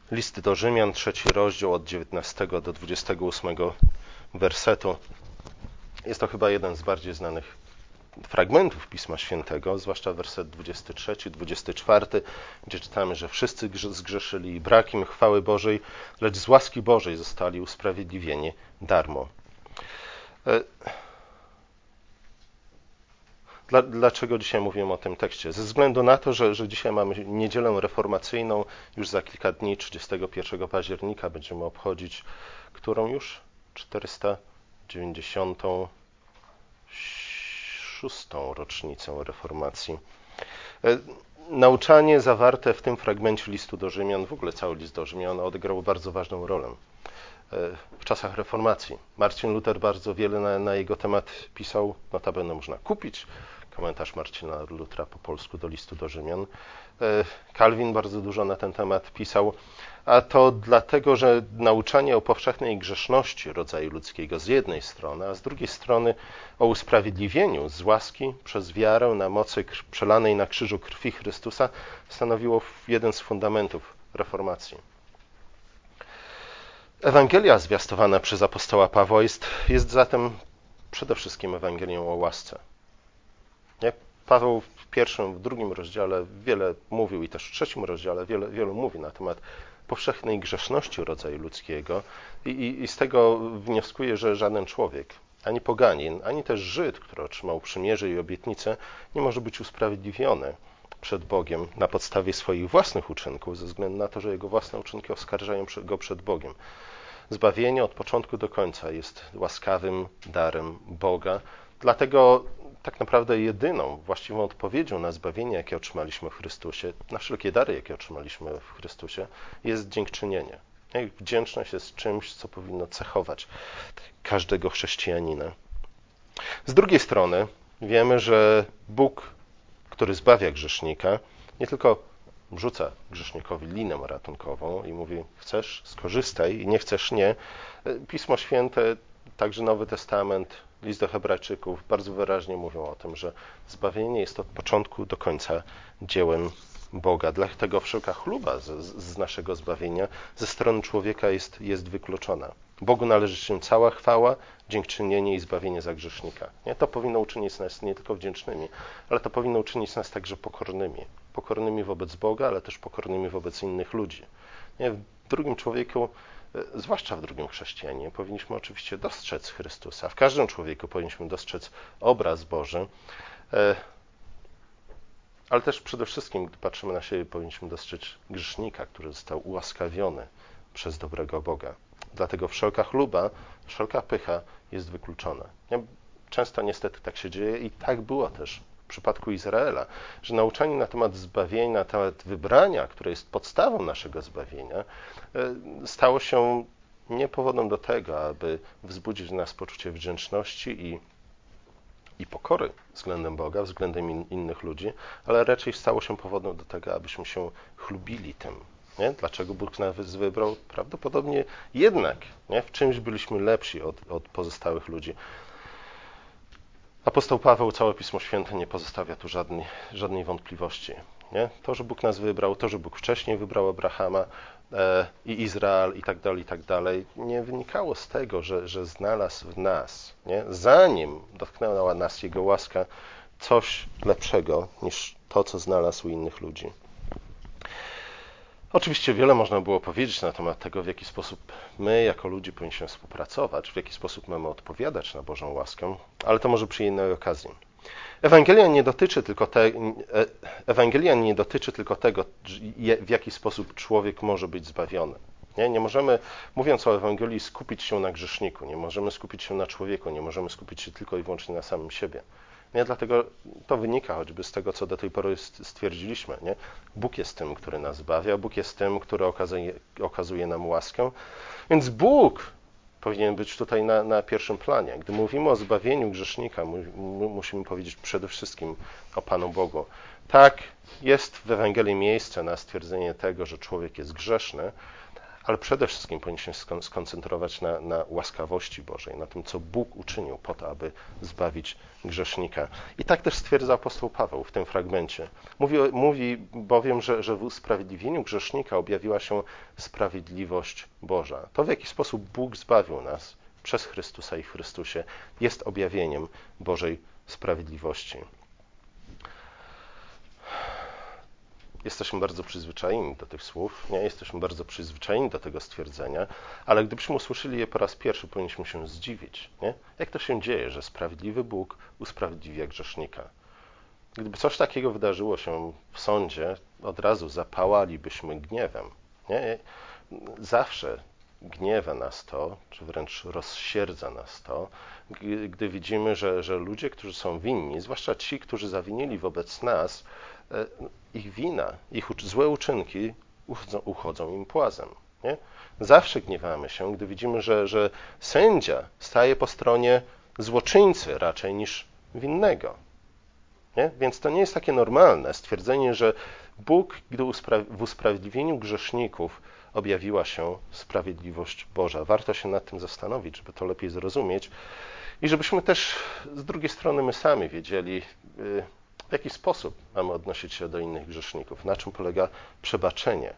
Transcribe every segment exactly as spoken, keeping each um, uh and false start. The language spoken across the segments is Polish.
List do Rzymian, trzeci rozdział od dziewiętnastego do dwudziestego ósmego wersetu. Jest to chyba jeden z bardziej znanych fragmentów Pisma Świętego, zwłaszcza werset dwudziesty trzeci, dwudziesty czwarty, gdzie czytamy, że wszyscy zgrzeszyli i brak im chwały Bożej, lecz z łaski Bożej zostali usprawiedliwieni darmo. Dlaczego dzisiaj mówimy o tym tekście? Ze względu na to, że, że dzisiaj mamy niedzielę reformacyjną, już za kilka dni, trzydziestego pierwszego października, będziemy obchodzić, którą już? czterysta dziewięćdziesiątą szóstą rocznicę reformacji. Nauczanie zawarte w tym fragmencie listu do Rzymian, w ogóle cały list do Rzymian, odegrał bardzo ważną rolę w czasach reformacji. Marcin Luther bardzo wiele na, na jego temat pisał, notabene można kupić komentarz Marcina Luthera po polsku do listu do Rzymian. Kalwin bardzo dużo na ten temat pisał, a to dlatego, że nauczanie o powszechnej grzeszności rodzaju ludzkiego z jednej strony, a z drugiej strony o usprawiedliwieniu z łaski przez wiarę na mocy przelanej na krzyżu krwi Chrystusa stanowiło jeden z fundamentów reformacji. Ewangelia zwiastowana przez apostoła Pawła jest, jest zatem przede wszystkim Ewangelią o łasce. Nie? Paweł w pierwszym, w drugim rozdziale wiele mówił i też w trzecim rozdziale wiele, wiele mówi na temat powszechnej grzeszności rodzaju ludzkiego i, i, i z tego wnioskuje, że żaden człowiek, ani poganin, ani też Żyd, który otrzymał przymierze i obietnice, nie może być usprawiedliwiony przed Bogiem na podstawie swoich własnych uczynków, ze względu na to, że jego własne uczynki oskarżają go przed Bogiem. Zbawienie od początku do końca jest łaskawym darem Boga, dlatego tak naprawdę jedyną właściwą odpowiedzią na zbawienie, jakie otrzymaliśmy w Chrystusie, na wszelkie dary, jakie otrzymaliśmy w Chrystusie, jest dziękczynienie. Wdzięczność jest czymś, co powinno cechować każdego chrześcijanina. Z drugiej strony wiemy, że Bóg, który zbawia grzesznika, nie tylko rzuca grzesznikowi linę ratunkową i mówi, chcesz, skorzystaj, i nie chcesz, nie. Pismo Święte, także Nowy Testament, list do Hebrajczyków bardzo wyraźnie mówią o tym, że zbawienie jest od początku do końca dziełem Boga. Dlatego wszelka chluba z, z naszego zbawienia ze strony człowieka jest, jest wykluczona. Bogu należy się cała chwała, dziękczynienie i zbawienie za grzesznika. Nie? To powinno uczynić nas nie tylko wdzięcznymi, ale to powinno uczynić nas także pokornymi. Pokornymi wobec Boga, ale też pokornymi wobec innych ludzi. Nie? W drugim człowieku, zwłaszcza w drugim chrześcijaninie, powinniśmy oczywiście dostrzec Chrystusa. W każdym człowieku powinniśmy dostrzec obraz Boży, ale też przede wszystkim, gdy patrzymy na siebie, powinniśmy dostrzec grzesznika, który został ułaskawiony przez dobrego Boga. Dlatego wszelka chluba, wszelka pycha jest wykluczona. Często niestety tak się dzieje i tak było też w przypadku Izraela, że nauczanie na temat zbawienia, na temat wybrania, które jest podstawą naszego zbawienia, stało się nie powodem do tego, aby wzbudzić w nas poczucie wdzięczności i, i pokory względem Boga, względem in, innych ludzi, ale raczej stało się powodem do tego, abyśmy się chlubili tym. Nie? Dlaczego Bóg nas wybrał? Prawdopodobnie jednak nie? W czymś byliśmy lepsi od, od pozostałych ludzi. Apostoł Paweł, całe Pismo Święte nie pozostawia tu żadnej, żadnej wątpliwości. Nie? To, że Bóg nas wybrał, to, że Bóg wcześniej wybrał Abrahama e, i Izrael i tak dalej, i tak dalej, nie wynikało z tego, że, że znalazł w nas, nie? Zanim dotknęła nas Jego łaska, coś lepszego niż to, co znalazł u innych ludzi. Oczywiście wiele można było powiedzieć na temat tego, w jaki sposób my, jako ludzie, powinniśmy współpracować, w jaki sposób mamy odpowiadać na Bożą łaskę, ale to może przy innej okazji. Ewangelia nie dotyczy tylko, te, Ewangelia nie dotyczy tylko tego, w jaki sposób człowiek może być zbawiony. Nie? Nie możemy, mówiąc o Ewangelii, skupić się na grzeszniku, nie możemy skupić się na człowieku, nie możemy skupić się tylko i wyłącznie na samym siebie. Nie? Dlatego to wynika choćby z tego, co do tej pory stwierdziliśmy. Nie? Bóg jest tym, który nas zbawia, Bóg jest tym, który okazuje, okazuje nam łaskę. Więc Bóg powinien być tutaj na, na pierwszym planie. Gdy mówimy o zbawieniu grzesznika, mu, musimy powiedzieć przede wszystkim o Panu Bogu. Tak, jest w Ewangelii miejsce na stwierdzenie tego, że człowiek jest grzeszny, ale przede wszystkim powinniśmy się skoncentrować na, na łaskawości Bożej, na tym, co Bóg uczynił po to, aby zbawić grzesznika. I tak też stwierdza apostoł Paweł w tym fragmencie. Mówi, mówi bowiem, że, że w usprawiedliwieniu grzesznika objawiła się sprawiedliwość Boża. To, w jaki sposób Bóg zbawił nas przez Chrystusa i w Chrystusie, jest objawieniem Bożej sprawiedliwości. Jesteśmy bardzo przyzwyczajeni do tych słów, nie? Jesteśmy bardzo przyzwyczajeni do tego stwierdzenia, ale gdybyśmy usłyszeli je po raz pierwszy, powinniśmy się zdziwić. Nie? Jak to się dzieje, że sprawiedliwy Bóg usprawiedliwia grzesznika? Gdyby coś takiego wydarzyło się w sądzie, od razu zapałalibyśmy gniewem. Nie? Zawsze gniewa nas to, czy wręcz rozsierdza nas to, gdy widzimy, że, że ludzie, którzy są winni, zwłaszcza ci, którzy zawinili wobec nas, ich wina, ich złe uczynki uchodzą, uchodzą im płazem. Nie? Zawsze gniewamy się, gdy widzimy, że, że sędzia staje po stronie złoczyńcy raczej niż winnego. Nie? Więc to nie jest takie normalne stwierdzenie, że Bóg, gdy uspra- w usprawiedliwieniu grzeszników objawiła się sprawiedliwość Boża. Warto się nad tym zastanowić, żeby to lepiej zrozumieć i żebyśmy też z drugiej strony my sami wiedzieli, w jaki sposób mamy odnosić się do innych grzeszników, na czym polega przebaczenie,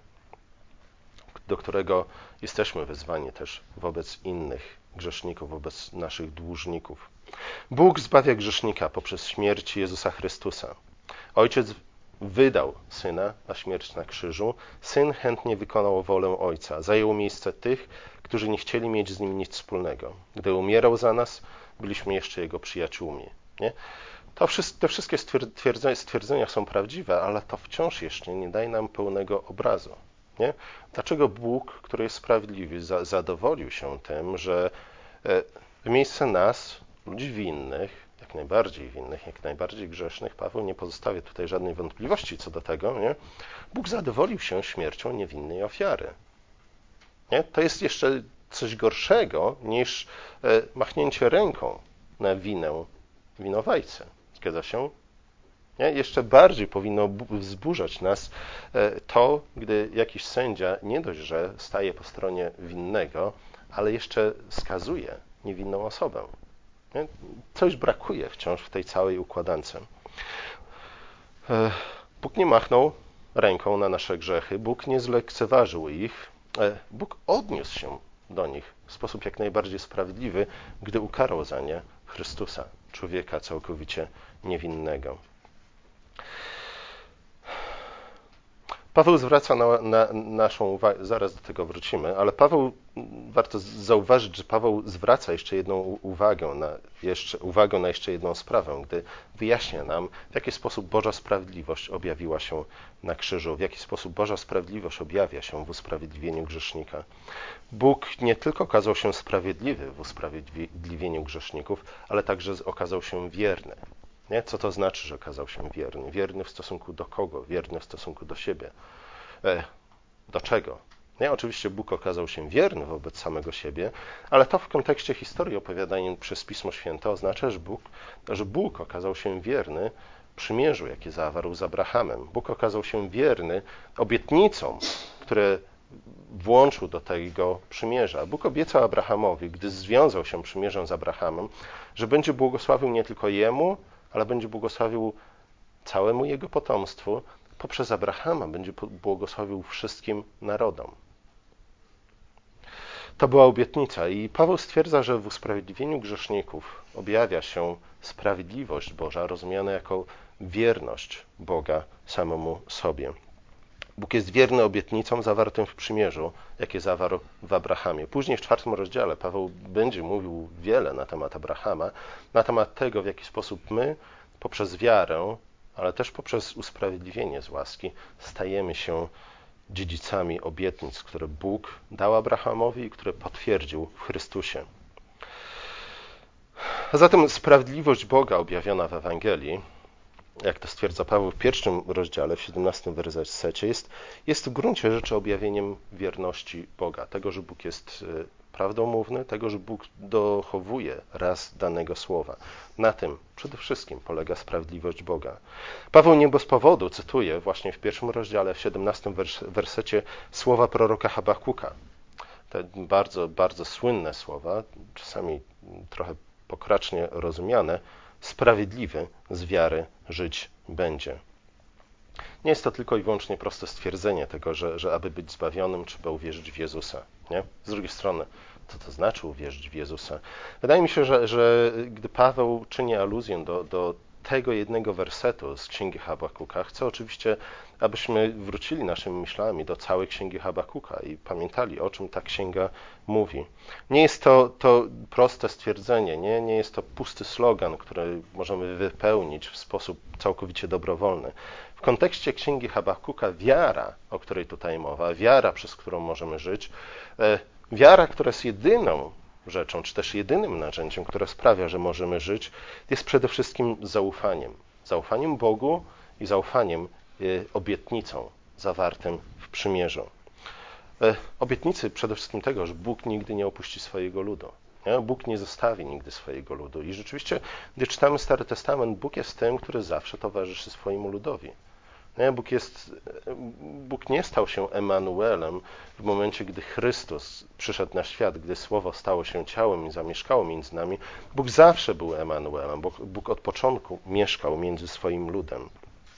do którego jesteśmy wezwani też wobec innych grzeszników, wobec naszych dłużników. Bóg zbawia grzesznika poprzez śmierć Jezusa Chrystusa. Ojciec wydał Syna na śmierć na krzyżu. Syn chętnie wykonał wolę Ojca. Zajął miejsce tych, którzy nie chcieli mieć z Nim nic wspólnego. Gdy umierał za nas, byliśmy jeszcze Jego przyjaciółmi. Nie? To wszystko, te wszystkie stwierdzenia, stwierdzenia są prawdziwe, ale to wciąż jeszcze nie daje nam pełnego obrazu. Nie? Dlaczego Bóg, który jest sprawiedliwy, za, zadowolił się tym, że w miejsce nas, ludzi winnych, jak najbardziej winnych, jak najbardziej grzesznych, Paweł nie pozostawia tutaj żadnej wątpliwości co do tego, nie? Bóg zadowolił się śmiercią niewinnej ofiary. Nie? To jest jeszcze coś gorszego niż machnięcie ręką na winę winowajcy. Zgadza się? Nie? Jeszcze bardziej powinno wzburzać nas to, gdy jakiś sędzia nie dość, że staje po stronie winnego, ale jeszcze skazuje niewinną osobę. Nie? Coś brakuje wciąż w tej całej układance. Bóg nie machnął ręką na nasze grzechy, Bóg nie zlekceważył ich, Bóg odniósł się do nich w sposób jak najbardziej sprawiedliwy, gdy ukarał za nie Chrystusa, człowieka całkowicie niewinnego. Paweł zwraca na, na naszą uwagę, zaraz do tego wrócimy, ale Paweł, warto zauważyć, że Paweł zwraca jeszcze jedną uwagę na jeszcze, uwagę na jeszcze jedną sprawę, gdy wyjaśnia nam, w jaki sposób Boża sprawiedliwość objawiła się na krzyżu, w jaki sposób Boża sprawiedliwość objawia się w usprawiedliwieniu grzesznika. Bóg nie tylko okazał się sprawiedliwy w usprawiedliwieniu grzeszników, ale także okazał się wierny. Nie? Co to znaczy, że okazał się wierny? Wierny w stosunku do kogo? Wierny w stosunku do siebie. E, do czego? Nie? Oczywiście Bóg okazał się wierny wobec samego siebie, ale to w kontekście historii opowiadanej przez Pismo Święte oznacza, że Bóg, że Bóg okazał się wierny przymierzu, jakie zawarł z Abrahamem. Bóg okazał się wierny obietnicom, które włączył do tego przymierza. Bóg obiecał Abrahamowi, gdy związał się przymierzem z Abrahamem, że będzie błogosławił nie tylko jemu, ale będzie błogosławił całemu jego potomstwu. Poprzez Abrahama będzie błogosławił wszystkim narodom. To była obietnica i Paweł stwierdza, że w usprawiedliwieniu grzeszników objawia się sprawiedliwość Boża, rozumiana jako wierność Boga samemu sobie. Bóg jest wierny obietnicom zawartym w przymierzu, jakie zawarł w Abrahamie. Później w czwartym rozdziale Paweł będzie mówił wiele na temat Abrahama, na temat tego, w jaki sposób my poprzez wiarę, ale też poprzez usprawiedliwienie z łaski stajemy się dziedzicami obietnic, które Bóg dał Abrahamowi i które potwierdził w Chrystusie. A zatem sprawiedliwość Boga objawiona w Ewangelii, jak to stwierdza Paweł w pierwszym rozdziale, w siedemnastym wersecie, jest, jest w gruncie rzeczy objawieniem wierności Boga, tego, że Bóg jest prawdomówny, tego, że Bóg dochowuje raz danego słowa. Na tym przede wszystkim polega sprawiedliwość Boga. Paweł nie bez powodu cytuje właśnie w pierwszym rozdziale, w siedemnastym wersecie słowa proroka Habakuka. te bardzo, bardzo słynne słowa, czasami trochę pokracznie rozumiane, sprawiedliwy z wiary żyć będzie. Nie jest to tylko i wyłącznie proste stwierdzenie tego, że, że aby być zbawionym, trzeba uwierzyć w Jezusa. Nie? Z drugiej strony, co to znaczy uwierzyć w Jezusa? Wydaje mi się, że, że gdy Paweł czyni aluzję do, do tego jednego wersetu z Księgi Habakuka, chcę oczywiście, abyśmy wrócili naszymi myślami do całej Księgi Habakuka i pamiętali, o czym ta księga mówi. Nie jest to, to proste stwierdzenie, nie? Nie jest to pusty slogan, który możemy wypełnić w sposób całkowicie dobrowolny. W kontekście Księgi Habakuka wiara, o której tutaj mowa, wiara, przez którą możemy żyć, wiara, która jest jedyną rzeczą, czy też jedynym narzędziem, które sprawia, że możemy żyć, jest przede wszystkim zaufaniem. Zaufaniem Bogu i zaufaniem obietnicą zawartym w przymierzu. Obietnicy przede wszystkim tego, że Bóg nigdy nie opuści swojego ludu. Nie? Bóg nie zostawi nigdy swojego ludu. I rzeczywiście, gdy czytamy Stary Testament, Bóg jest tym, który zawsze towarzyszy swojemu ludowi. Nie? Bóg, jest, Bóg nie stał się Emanuelem w momencie, gdy Chrystus przyszedł na świat, gdy Słowo stało się ciałem i zamieszkało między nami. Bóg zawsze był Emanuelem. Bóg, Bóg od początku mieszkał między swoim ludem.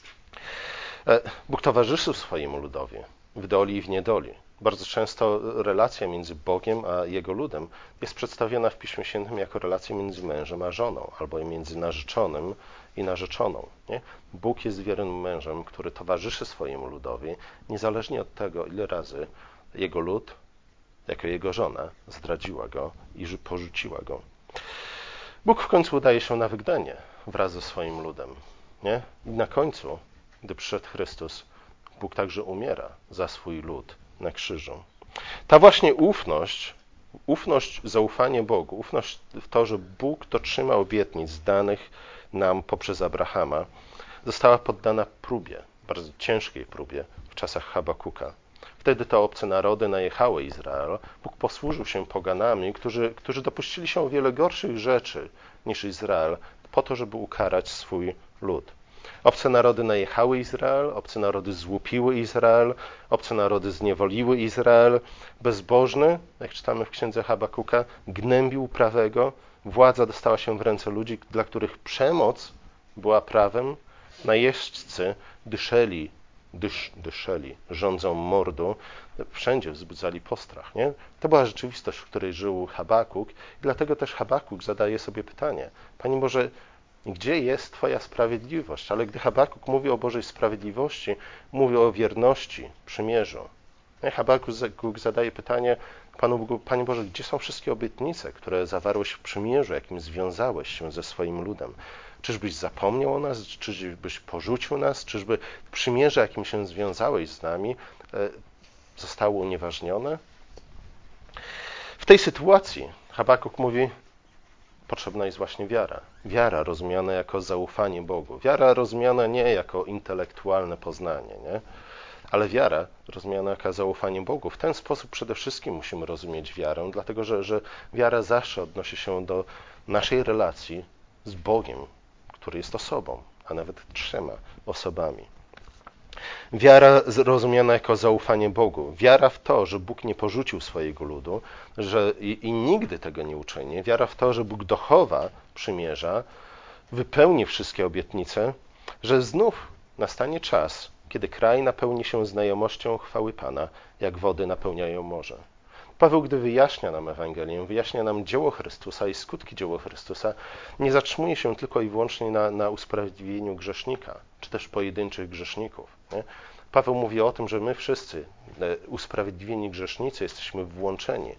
Bóg towarzyszył swojemu ludowi w doli i w niedoli. Bardzo często relacja między Bogiem a Jego ludem jest przedstawiona w Piśmie Świętym jako relacja między mężem a żoną, albo między narzeczonym i narzeczoną. Nie? Bóg jest wiernym mężem, który towarzyszy swojemu ludowi, niezależnie od tego, ile razy Jego lud, jako Jego żona, zdradziła Go i porzuciła Go. Bóg w końcu udaje się na wygdanie wraz ze swoim ludem. Nie? I na końcu, gdy przyszedł Chrystus, Bóg także umiera za swój lud na krzyżu. Ta właśnie ufność, ufność, zaufanie Bogu, ufność w to, że Bóg dotrzyma obietnic danych nam poprzez Abrahama, została poddana próbie, bardzo ciężkiej próbie w czasach Habakuka. Wtedy to obce narody najechały Izrael. Bóg posłużył się poganami, którzy, którzy dopuścili się o wiele gorszych rzeczy niż Izrael, po to, żeby ukarać swój lud. Obce narody najechały Izrael, obce narody złupiły Izrael, obce narody zniewoliły Izrael. Bezbożny, jak czytamy w księdze Habakuka, gnębił prawego. Władza dostała się w ręce ludzi, dla których przemoc była prawem. Najeźdźcy dyszeli, dysz, dyszeli rządzą mordu. Wszędzie wzbudzali postrach. Nie? To była rzeczywistość, w której żył Habakuk. I dlatego też Habakuk zadaje sobie pytanie: Panie Boże, gdzie jest Twoja sprawiedliwość? Ale gdy Habakuk mówi o Bożej sprawiedliwości, mówi o wierności, przymierzu. Habakuk zadaje pytanie Panu Bogu: Panie Boże, gdzie są wszystkie obietnice, które zawarłeś w przymierzu, jakim związałeś się ze swoim ludem? Czyżbyś zapomniał o nas? Czyżbyś porzucił nas? Czyżby przymierze, jakim się związałeś z nami, zostało unieważnione? W tej sytuacji Habakuk mówi: potrzebna jest właśnie wiara. Wiara rozumiana jako zaufanie Bogu. Wiara rozumiana nie jako intelektualne poznanie, nie? Ale wiara rozumiana jako zaufanie Bogu. W ten sposób przede wszystkim musimy rozumieć wiarę, dlatego że, że wiara zawsze odnosi się do naszej relacji z Bogiem, który jest osobą, a nawet trzema osobami. Wiara rozumiana jako zaufanie Bogu. Wiara w to, że Bóg nie porzucił swojego ludu, że i, i nigdy tego nie uczyni. Wiara w to, że Bóg dochowa przymierza, wypełni wszystkie obietnice, że znów nastanie czas, kiedy kraj napełni się znajomością chwały Pana, jak wody napełniają morze. Paweł, gdy wyjaśnia nam Ewangelię, wyjaśnia nam dzieło Chrystusa i skutki dzieła Chrystusa, nie zatrzymuje się tylko i wyłącznie na, na usprawiedliwieniu grzesznika, czy też pojedynczych grzeszników. Nie? Paweł mówi o tym, że my wszyscy, usprawiedliwieni grzesznicy, jesteśmy włączeni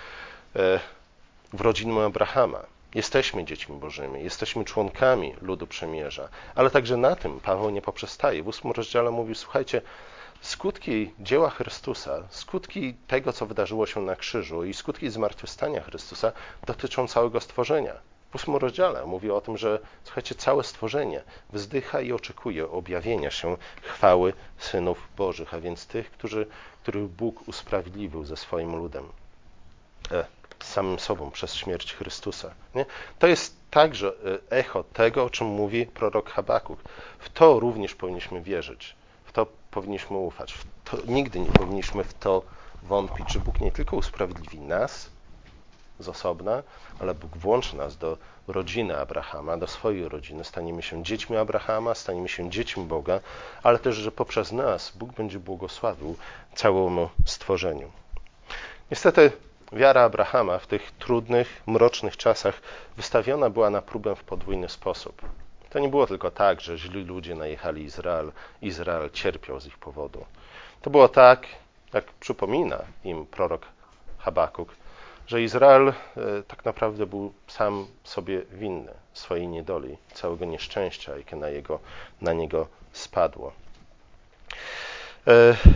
w rodzinę Abrahama. Jesteśmy dziećmi Bożymi, jesteśmy członkami ludu przymierza, ale także na tym Paweł nie poprzestaje. W ósmym rozdziale mówi: słuchajcie, skutki dzieła Chrystusa, skutki tego, co wydarzyło się na krzyżu i skutki zmartwychwstania Chrystusa dotyczą całego stworzenia. W ósmym rozdziale mówi o tym, że słuchajcie, całe stworzenie wzdycha i oczekuje objawienia się chwały synów Bożych, a więc tych, którzy, których Bóg usprawiedliwił ze swoim ludem, e, samym sobą przez śmierć Chrystusa. Nie? To jest także echo tego, o czym mówi prorok Habakuk. W to również powinniśmy wierzyć. W to powinniśmy ufać. W to, nigdy nie powinniśmy w to wątpić, że Bóg nie tylko usprawiedliwi nas z osobna, ale Bóg włączy nas do rodziny Abrahama, do swojej rodziny. Staniemy się dziećmi Abrahama, staniemy się dziećmi Boga, ale też, że poprzez nas Bóg będzie błogosławił całemu stworzeniu. Niestety wiara Abrahama w tych trudnych, mrocznych czasach wystawiona była na próbę w podwójny sposób. To nie było tylko tak, że źli ludzie najechali Izrael, Izrael cierpiał z ich powodu. To było tak, jak przypomina im prorok Habakuk, że Izrael e, tak naprawdę był sam sobie winny swojej niedoli, całego nieszczęścia, jakie na, jego, na niego spadło. E,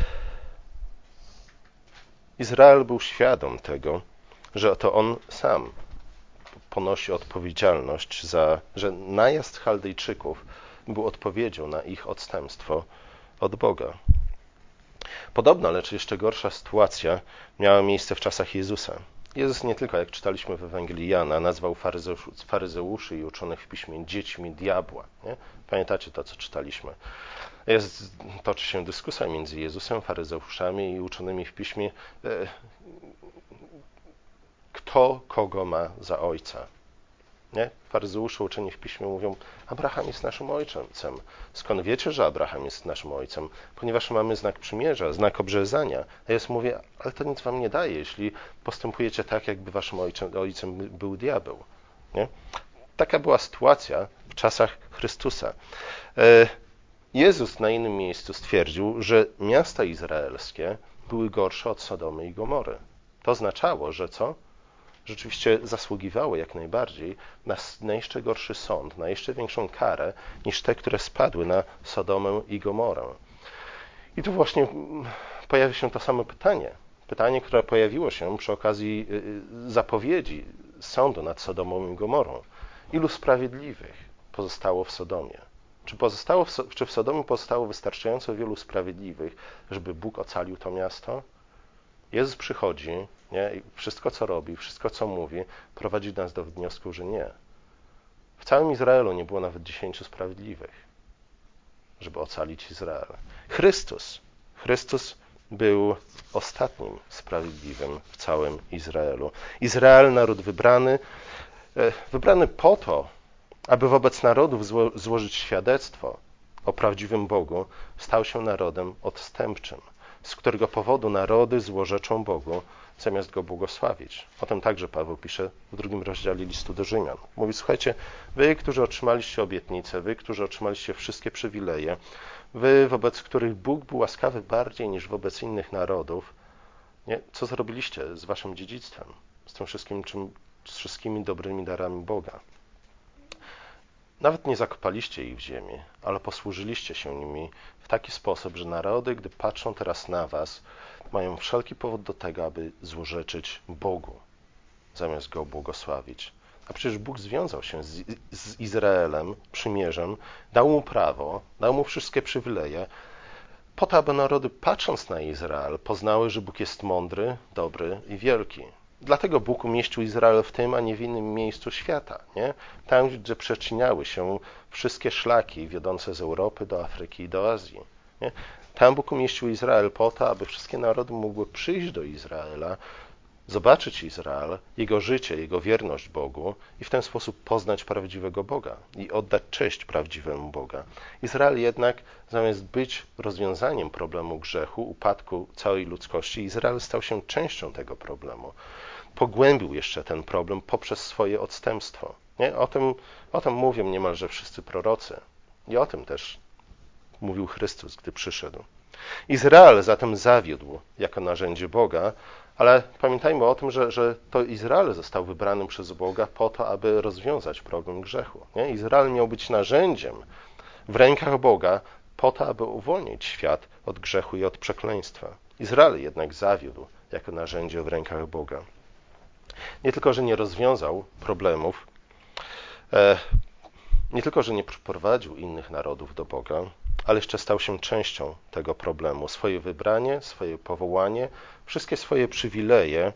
Izrael był świadom tego, że to on sam ponosi odpowiedzialność za, że najazd Chaldejczyków był odpowiedzią na ich odstępstwo od Boga. Podobna, lecz jeszcze gorsza sytuacja miała miejsce w czasach Jezusa. Jezus nie tylko, jak czytaliśmy w Ewangelii Jana, nazwał faryzeuszy i uczonych w piśmie dziećmi diabła. Nie? Pamiętacie to, co czytaliśmy. Jest, toczy się dyskusja między Jezusem, faryzeuszami i uczonymi w piśmie, kto kogo ma za ojca. Nie? Faryzeusze uczeni w piśmie mówią, Abraham jest naszym ojcem. Skąd wiecie, że Abraham jest naszym ojcem? Ponieważ mamy znak przymierza, znak obrzezania. A Jezus mówi, ale to nic wam nie daje, jeśli postępujecie tak, jakby waszym ojcem, ojcem był diabeł. Nie? Taka była sytuacja w czasach Chrystusa. Jezus na innym miejscu stwierdził, że miasta izraelskie były gorsze od Sodomy i Gomory. To oznaczało, że co? Rzeczywiście zasługiwały jak najbardziej na, na jeszcze gorszy sąd, na jeszcze większą karę niż te, które spadły na Sodomę i Gomorę. I tu właśnie pojawia się to samo pytanie. Pytanie, które pojawiło się przy okazji zapowiedzi sądu nad Sodomą i Gomorą. Ilu sprawiedliwych pozostało w Sodomie? Czy, pozostało w, czy w Sodomie pozostało wystarczająco wielu sprawiedliwych, żeby Bóg ocalił to miasto? Jezus przychodzi, nie? I wszystko, co robi, wszystko, co mówi, prowadzi nas do wniosku, że nie. W całym Izraelu nie było nawet dziesięciu sprawiedliwych, żeby ocalić Izrael. Chrystus, Chrystus był ostatnim sprawiedliwym w całym Izraelu. Izrael, naród wybrany, wybrany po to, aby wobec narodów zło- złożyć świadectwo o prawdziwym Bogu, stał się narodem odstępczym, z którego powodu narody złorzeczą Bogu, zamiast Go błogosławić. O tym także Paweł pisze w drugim rozdziale listu do Rzymian. Mówi, słuchajcie, wy, którzy otrzymaliście obietnice, wy, którzy otrzymaliście wszystkie przywileje, wy, wobec których Bóg był łaskawy bardziej niż wobec innych narodów, nie? Co zrobiliście z waszym dziedzictwem, z tym wszystkim, czym, z wszystkimi dobrymi darami Boga? Nawet nie zakopaliście ich w ziemi, ale posłużyliście się nimi w taki sposób, że narody, gdy patrzą teraz na was, mają wszelki powód do tego, aby złorzeczyć Bogu, zamiast Go błogosławić. A przecież Bóg związał się z, z Izraelem przymierzem, dał mu prawo, dał mu wszystkie przywileje, po to, aby narody, patrząc na Izrael, poznały, że Bóg jest mądry, dobry i wielki. Dlatego Bóg umieścił Izrael w tym, a nie w innym miejscu świata. Nie? Tam, gdzie przecinały się wszystkie szlaki wiodące z Europy do Afryki i do Azji. Nie? Tam Bóg umieścił Izrael po to, aby wszystkie narody mogły przyjść do Izraela, zobaczyć Izrael, jego życie, jego wierność Bogu i w ten sposób poznać prawdziwego Boga i oddać cześć prawdziwemu Boga. Izrael jednak, zamiast być rozwiązaniem problemu grzechu, upadku całej ludzkości, Izrael stał się częścią tego problemu. Pogłębił jeszcze ten problem poprzez swoje odstępstwo. Nie? O tym, o tym mówią niemalże wszyscy prorocy. I o tym też mówił Chrystus, gdy przyszedł. Izrael zatem zawiódł jako narzędzie Boga, ale pamiętajmy o tym, że, że to Izrael został wybrany przez Boga po to, aby rozwiązać problem grzechu. Nie? Izrael miał być narzędziem w rękach Boga po to, aby uwolnić świat od grzechu i od przekleństwa. Izrael jednak zawiódł jako narzędzie w rękach Boga. Nie tylko, że nie rozwiązał problemów, e, nie tylko, że nie przyprowadził innych narodów do Boga, ale jeszcze stał się częścią tego problemu. Swoje wybranie, swoje powołanie, wszystkie swoje przywileje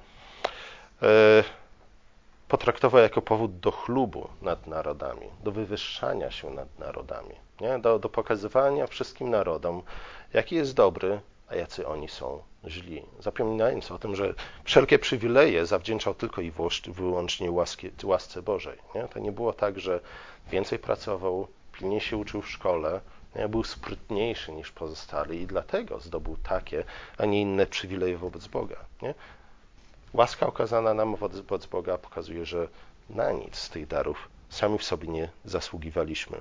e, potraktował jako powód do chlubu nad narodami, do wywyższania się nad narodami, nie? Do, do pokazywania wszystkim narodom, jaki jest dobry a jacy oni są źli. Zapominając o tym, że wszelkie przywileje zawdzięczał tylko i wyłącznie łaski, łasce Bożej. Nie? To nie było tak, że więcej pracował, pilniej się uczył w szkole, nie? Był sprytniejszy niż pozostali i dlatego zdobył takie, a nie inne przywileje wobec Boga. Nie? Łaska okazana nam wobec Boga pokazuje, że na nic z tych darów sami w sobie nie zasługiwaliśmy.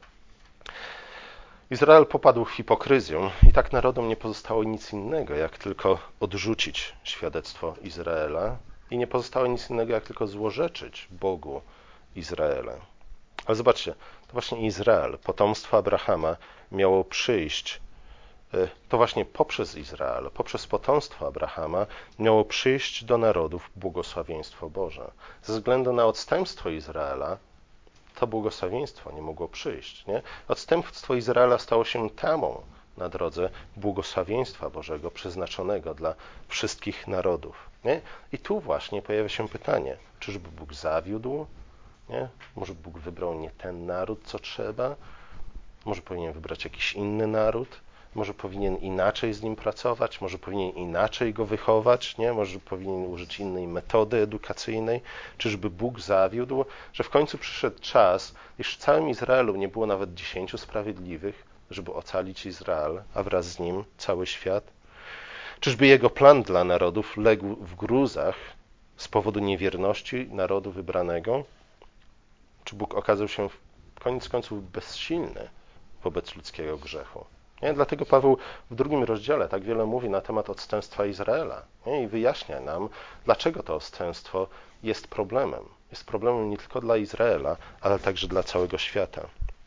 Izrael popadł w hipokryzję i tak narodom nie pozostało nic innego, jak tylko odrzucić świadectwo Izraela i nie pozostało nic innego, jak tylko złorzeczyć Bogu Izraela. Ale zobaczcie, to właśnie Izrael, potomstwo Abrahama, miało przyjść, to właśnie poprzez Izrael, poprzez potomstwo Abrahama miało przyjść do narodów błogosławieństwo Boże. Ze względu na odstępstwo Izraela to błogosławieństwo nie mogło przyjść. Nie? Odstępstwo Izraela stało się tamą na drodze błogosławieństwa Bożego przeznaczonego dla wszystkich narodów. Nie? I tu właśnie pojawia się pytanie, czyżby Bóg zawiódł? Nie? Może Bóg wybrał nie ten naród, co trzeba? Może powinien wybrać jakiś inny naród? Może powinien inaczej z nim pracować? Może powinien inaczej go wychować? Nie? Może powinien użyć innej metody edukacyjnej? Czyżby Bóg zawiódł, że w końcu przyszedł czas, iż w całym Izraelu nie było nawet dziesięciu sprawiedliwych, żeby ocalić Izrael, a wraz z nim cały świat? Czyżby jego plan dla narodów legł w gruzach z powodu niewierności narodu wybranego? Czy Bóg okazał się w koniec końców bezsilny wobec ludzkiego grzechu? Nie? Dlatego Paweł w drugim rozdziale tak wiele mówi na temat odstępstwa Izraela, nie? I wyjaśnia nam, dlaczego to odstępstwo jest problemem. Jest problemem nie tylko dla Izraela, ale także dla całego świata.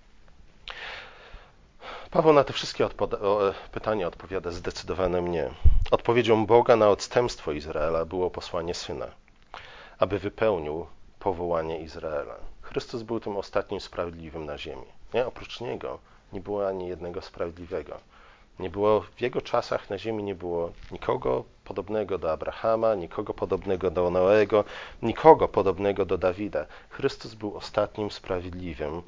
Paweł na te wszystkie odpo- pytania odpowiada zdecydowane nie. Odpowiedzią Boga na odstępstwo Izraela było posłanie Syna, aby wypełnił powołanie Izraela. Chrystus był tym ostatnim sprawiedliwym na ziemi. Nie? Oprócz Niego nie było ani jednego sprawiedliwego. Nie było, w Jego czasach na ziemi nie było nikogo podobnego do Abrahama, nikogo podobnego do Noego, nikogo podobnego do Dawida. Chrystus był ostatnim sprawiedliwym.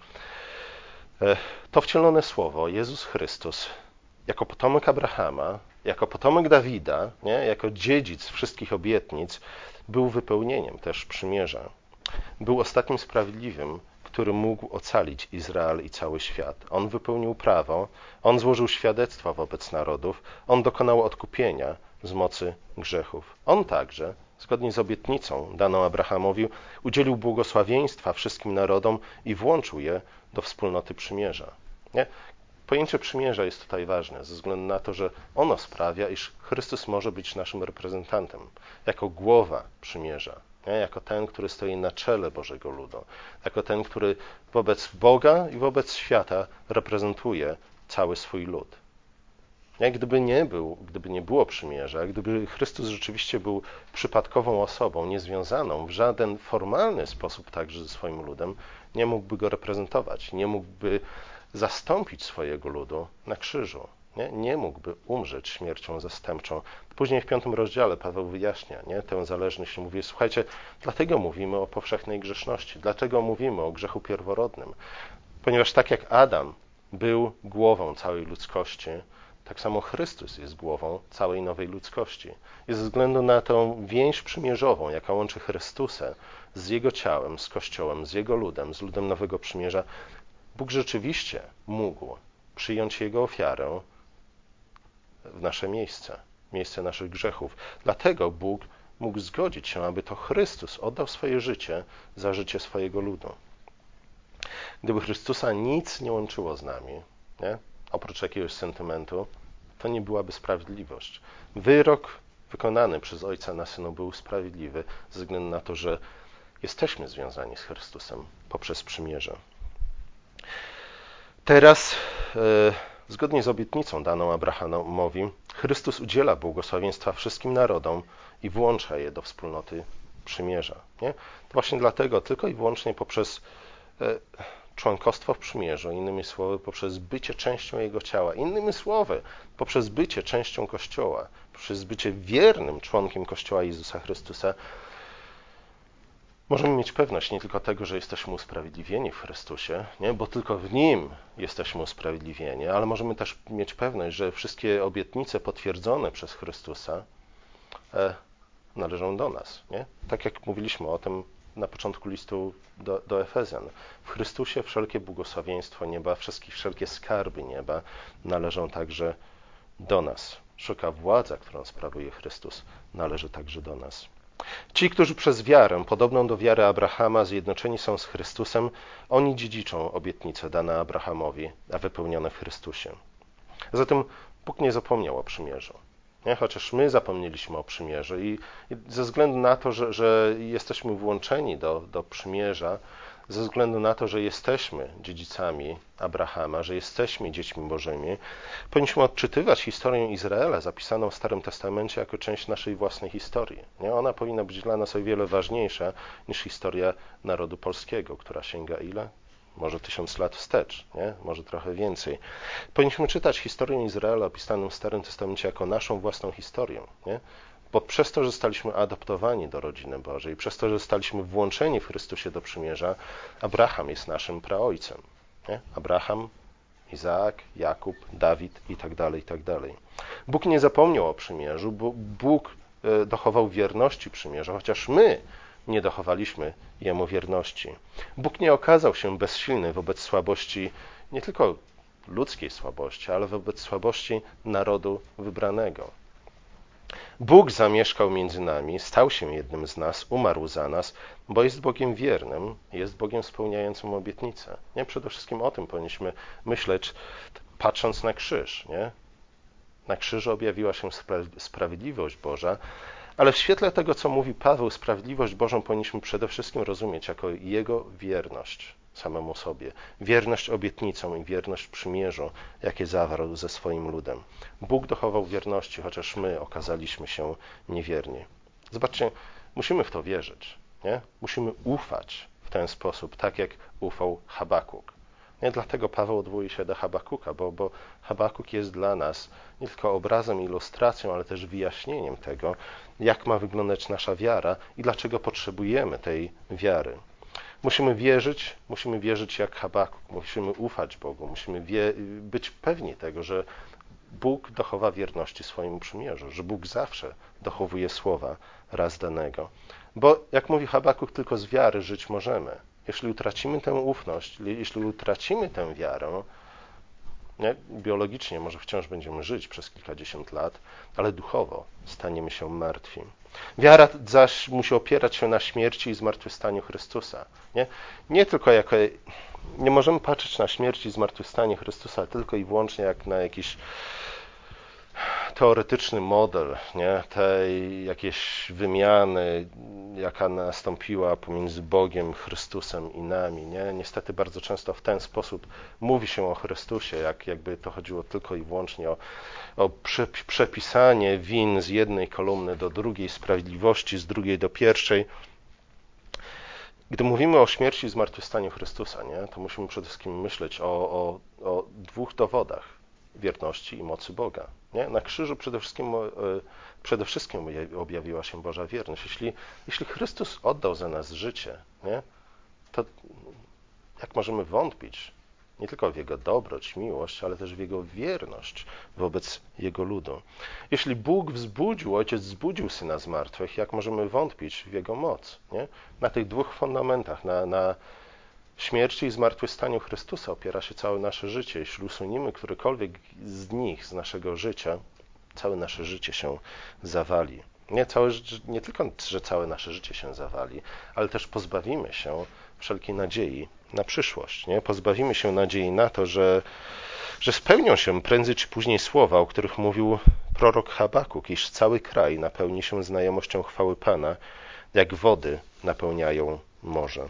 To wcielone słowo, Jezus Chrystus, jako potomek Abrahama, jako potomek Dawida, nie? Jako dziedzic wszystkich obietnic, był wypełnieniem też przymierza. Był ostatnim sprawiedliwym, który mógł ocalić Izrael i cały świat. On wypełnił prawo, on złożył świadectwa wobec narodów, on dokonał odkupienia z mocy grzechów. On także, zgodnie z obietnicą daną Abrahamowi, udzielił błogosławieństwa wszystkim narodom i włączył je do wspólnoty przymierza. Nie? Pojęcie przymierza jest tutaj ważne, ze względu na to, że ono sprawia, iż Chrystus może być naszym reprezentantem, jako głowa przymierza. Nie? Jako ten, który stoi na czele Bożego ludu, jako ten, który wobec Boga i wobec świata reprezentuje cały swój lud. Nie? Gdyby nie był, gdyby nie było przymierza, gdyby Chrystus rzeczywiście był przypadkową osobą, niezwiązaną w żaden formalny sposób także ze swoim ludem, nie mógłby go reprezentować, nie mógłby zastąpić swojego ludu na krzyżu. Nie, nie mógłby umrzeć śmiercią zastępczą. Później w piątym rozdziale Paweł wyjaśnia nie, tę zależność i mówi, słuchajcie, dlatego mówimy o powszechnej grzeszności, dlaczego mówimy o grzechu pierworodnym. Ponieważ tak jak Adam był głową całej ludzkości, tak samo Chrystus jest głową całej nowej ludzkości. I ze względu na tę więź przymierzową, jaka łączy Chrystusa z Jego ciałem, z Kościołem, z Jego ludem, z ludem Nowego Przymierza, Bóg rzeczywiście mógł przyjąć Jego ofiarę w nasze miejsce, miejsce naszych grzechów. Dlatego Bóg mógł zgodzić się, aby to Chrystus oddał swoje życie za życie swojego ludu. Gdyby Chrystusa nic nie łączyło z nami, nie? Oprócz jakiegoś sentymentu, to nie byłaby sprawiedliwość. Wyrok wykonany przez Ojca na Synu był sprawiedliwy ze względu na to, że jesteśmy związani z Chrystusem poprzez przymierze. Teraz, e, zgodnie z obietnicą daną Abrahamowi, Chrystus udziela błogosławieństwa wszystkim narodom i włącza je do wspólnoty przymierza. Nie? To właśnie dlatego, tylko i wyłącznie poprzez e, członkostwo w przymierzu, innymi słowy, poprzez bycie częścią Jego ciała, innymi słowy, poprzez bycie częścią Kościoła, poprzez bycie wiernym członkiem Kościoła Jezusa Chrystusa, Możemy mieć pewność nie tylko tego, że jesteśmy usprawiedliwieni w Chrystusie, nie? Bo tylko w Nim jesteśmy usprawiedliwieni, ale możemy też mieć pewność, że wszystkie obietnice potwierdzone przez Chrystusa e, należą do nas. Nie? Tak jak mówiliśmy o tym na początku listu do, do Efezjan. W Chrystusie wszelkie błogosławieństwo nieba, wszystkie, wszelkie skarby nieba należą także do nas. Wszelka władza, którą sprawuje Chrystus, należy także do nas. Ci, którzy przez wiarę, podobną do wiary Abrahama, zjednoczeni są z Chrystusem, oni dziedziczą obietnice dane Abrahamowi, a wypełnione w Chrystusie. Zatem Bóg nie zapomniał o przymierzu. Nie? Chociaż my zapomnieliśmy o przymierzu i, i ze względu na to, że, że jesteśmy włączeni do, do przymierza, ze względu na to, że jesteśmy dziedzicami Abrahama, że jesteśmy dziećmi Bożymi, powinniśmy odczytywać historię Izraela zapisaną w Starym Testamencie jako część naszej własnej historii. Nie? Ona powinna być dla nas o wiele ważniejsza niż historia narodu polskiego, która sięga ile? Może tysiąc lat wstecz, nie? Może trochę więcej. Powinniśmy czytać historię Izraela opisaną w Starym Testamencie jako naszą własną historię, nie? Bo przez to, że zostaliśmy adoptowani do rodziny Bożej, przez to, że zostaliśmy włączeni w Chrystusie do przymierza, Abraham jest naszym praojcem. Nie? Abraham, Izaak, Jakub, Dawid i tak dalej, i tak dalej. Bóg nie zapomniał o przymierzu, bo Bóg dochował wierności przymierza, chociaż my nie dochowaliśmy Jemu wierności. Bóg nie okazał się bezsilny wobec słabości, nie tylko ludzkiej słabości, ale wobec słabości narodu wybranego. Bóg zamieszkał między nami, stał się jednym z nas, umarł za nas, bo jest Bogiem wiernym, jest Bogiem spełniającym obietnicę. Nie? Przede wszystkim o tym powinniśmy myśleć, patrząc na krzyż. Nie? Na krzyżu objawiła się spra- sprawiedliwość Boża, ale w świetle tego, co mówi Paweł, sprawiedliwość Bożą powinniśmy przede wszystkim rozumieć jako Jego wierność samemu sobie, wierność obietnicom i wierność przymierzu, jakie zawarł ze swoim ludem. Bóg dochował wierności, chociaż my okazaliśmy się niewierni. Zobaczcie, musimy w to wierzyć. Nie? Musimy ufać w ten sposób, tak jak ufał Habakuk. Nie dlatego Paweł odwołuje się do Habakuka, bo, bo Habakuk jest dla nas nie tylko obrazem, ilustracją, ale też wyjaśnieniem tego, jak ma wyglądać nasza wiara i dlaczego potrzebujemy tej wiary. Musimy wierzyć, musimy wierzyć jak Habakuk, musimy ufać Bogu, musimy wie, być pewni tego, że Bóg dochowa wierności swojemu przymierzu, że Bóg zawsze dochowuje słowa raz danego. Bo, jak mówi Habakuk, tylko z wiary żyć możemy. Jeśli utracimy tę ufność, jeśli utracimy tę wiarę, nie, biologicznie może wciąż będziemy żyć przez kilkadziesiąt lat, ale duchowo staniemy się martwi. Wiara zaś musi opierać się na śmierci i zmartwychwstaniu Chrystusa. Nie, nie tylko jako... Nie możemy patrzeć na śmierć i zmartwychwstanie Chrystusa tylko i wyłącznie jak na jakiś teoretyczny model, nie? Tej jakiejś wymiany, jaka nastąpiła pomiędzy Bogiem, Chrystusem i nami. Nie? Niestety bardzo często w ten sposób mówi się o Chrystusie, jak, jakby to chodziło tylko i wyłącznie o, o przepisanie win z jednej kolumny do drugiej, sprawiedliwości z drugiej do pierwszej. Gdy mówimy o śmierci i zmartwychwstaniu Chrystusa, nie? To musimy przede wszystkim myśleć o, o, o dwóch dowodach wierności i mocy Boga. Nie? Na krzyżu przede wszystkim, przede wszystkim objawiła się Boża wierność. Jeśli, jeśli Chrystus oddał za nas życie, nie? To jak możemy wątpić nie tylko w Jego dobroć, miłość, ale też w Jego wierność wobec Jego ludu. Jeśli Bóg wzbudził, Ojciec wzbudził Syna z martwych, jak możemy wątpić w Jego moc? Nie? Na tych dwóch fundamentach, na, na śmierci i zmartwychwstaniu Chrystusa opiera się całe nasze życie. Jeśli usuniemy którykolwiek z nich z naszego życia, całe nasze życie się zawali. Nie, całe, nie tylko, że całe nasze życie się zawali, ale też pozbawimy się wszelkiej nadziei na przyszłość. Nie? Pozbawimy się nadziei na to, że, że spełnią się prędzej czy później słowa, o których mówił prorok Habakuk, iż cały kraj napełni się znajomością chwały Pana, jak wody napełniają morze.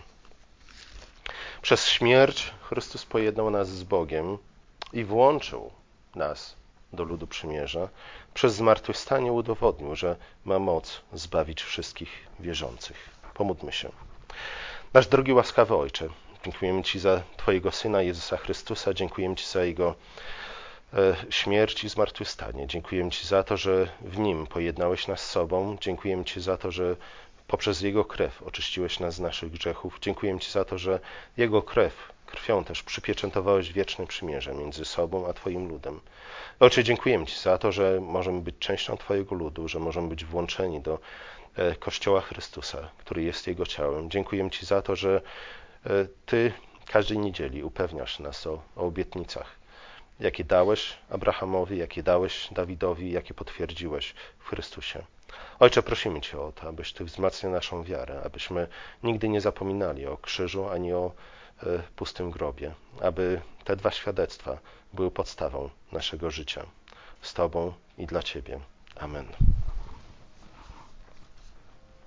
Przez śmierć Chrystus pojednał nas z Bogiem i włączył nas do ludu przymierza. Przez zmartwychwstanie udowodnił, że ma moc zbawić wszystkich wierzących. Pomódlmy się. Nasz drogi łaskawy Ojcze, dziękujemy Ci za Twojego Syna Jezusa Chrystusa, dziękujemy Ci za Jego e, śmierć i zmartwychwstanie. Dziękujemy Ci za to, że w Nim pojednałeś nas z sobą. Dziękujemy Ci za to, że poprzez Jego krew oczyściłeś nas z naszych grzechów. Dziękuję Ci za to, że Jego krew, krwią też przypieczętowałeś wieczne przymierze między sobą a Twoim ludem. Ojcze, dziękujemy Ci za to, że możemy być częścią Twojego ludu, że możemy być włączeni do Kościoła Chrystusa, który jest Jego ciałem. Dziękujemy Ci za to, że Ty każdej niedzieli upewniasz nas o, o obietnicach, jakie dałeś Abrahamowi, jakie dałeś Dawidowi, jakie potwierdziłeś w Chrystusie. Ojcze, prosimy Cię o to, abyś Ty wzmacniał naszą wiarę, abyśmy nigdy nie zapominali o krzyżu ani o e, pustym grobie, aby te dwa świadectwa były podstawą naszego życia z Tobą i dla Ciebie. Amen.